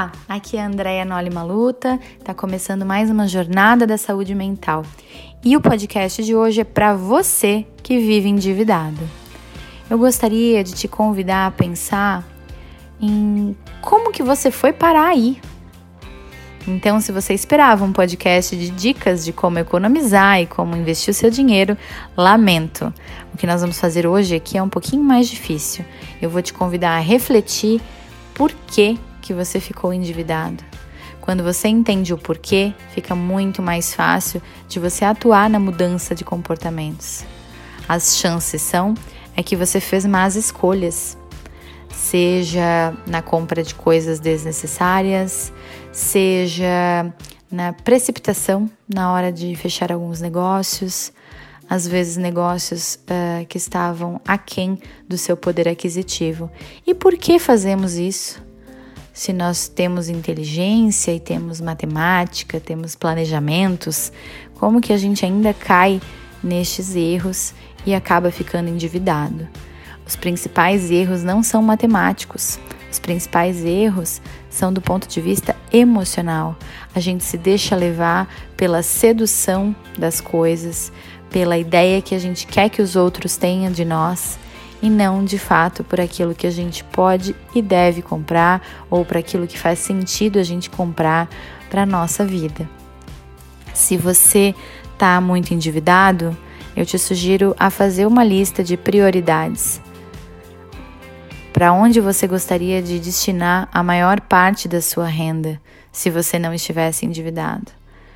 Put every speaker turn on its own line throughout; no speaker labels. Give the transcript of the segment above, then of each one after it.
Olá, aqui é a Andréia Noli Maluta, tá começando mais uma jornada da saúde mental. E o podcast de hoje é para você que vive endividado. Eu gostaria de te convidar a pensar em como que você foi parar aí. Então, se você esperava um podcast de dicas de como economizar e como investir o seu dinheiro, lamento. O que nós vamos fazer hoje aqui é um pouquinho mais difícil. Eu vou te convidar a refletir por que você ficou endividado. Quando você entende o porquê, fica muito mais fácil de você atuar na mudança de comportamentos. As chances são que você fez más escolhas, seja na compra de coisas desnecessárias, seja na precipitação na hora de fechar alguns negócios, às vezes negócios que estavam aquém do seu poder aquisitivo. E por que fazemos isso? Se nós temos inteligência e temos matemática, temos planejamentos, como que a gente ainda cai nestes erros e acaba ficando endividado? Os principais erros não são matemáticos, os principais erros são do ponto de vista emocional. A gente se deixa levar pela sedução das coisas, pela ideia que a gente quer que os outros tenham de nós, e não, de fato, por aquilo que a gente pode e deve comprar ou para aquilo que faz sentido a gente comprar para a nossa vida. Se você está muito endividado, eu te sugiro a fazer uma lista de prioridades. Para onde você gostaria de destinar a maior parte da sua renda, se você não estivesse endividado?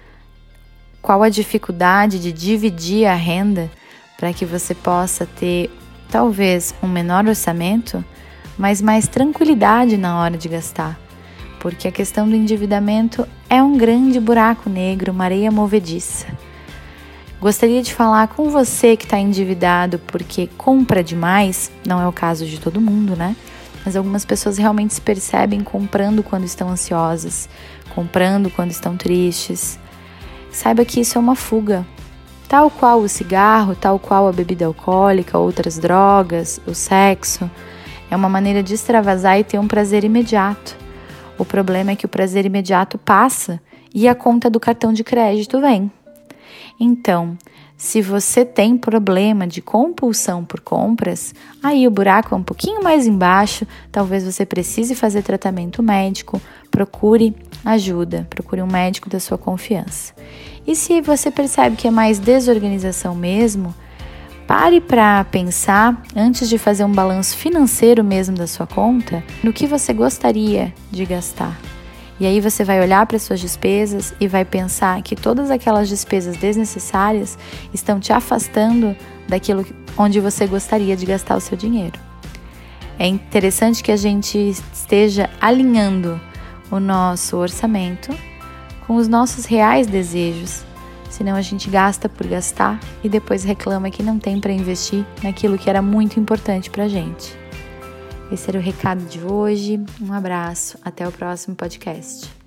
Qual a dificuldade de dividir a renda para que você possa ter talvez um menor orçamento, mas mais tranquilidade na hora de gastar? Porque a questão do endividamento é um grande buraco negro, uma areia movediça. Gostaria de falar com você que está endividado porque compra demais, não é o caso de todo mundo, né? Mas algumas pessoas realmente se percebem comprando quando estão ansiosas, comprando quando estão tristes. Saiba que isso é uma fuga. Tal qual o cigarro, tal qual a bebida alcoólica, outras drogas, o sexo, é uma maneira de extravasar e ter um prazer imediato. O problema é que o prazer imediato passa e a conta do cartão de crédito vem. Então, se você tem problema de compulsão por compras, aí o buraco é um pouquinho mais embaixo, talvez você precise fazer tratamento médico, procure ajuda, procure um médico da sua confiança. E se você percebe que é mais desorganização mesmo, pare para pensar, antes de fazer um balanço financeiro mesmo da sua conta, no que você gostaria de gastar. E aí você vai olhar para as suas despesas e vai pensar que todas aquelas despesas desnecessárias estão te afastando daquilo onde você gostaria de gastar o seu dinheiro. É interessante que a gente esteja alinhando o nosso orçamento com os nossos reais desejos, senão a gente gasta por gastar e depois reclama que não tem para investir naquilo que era muito importante para a gente. Esse era o recado de hoje. Um abraço. Até o próximo podcast.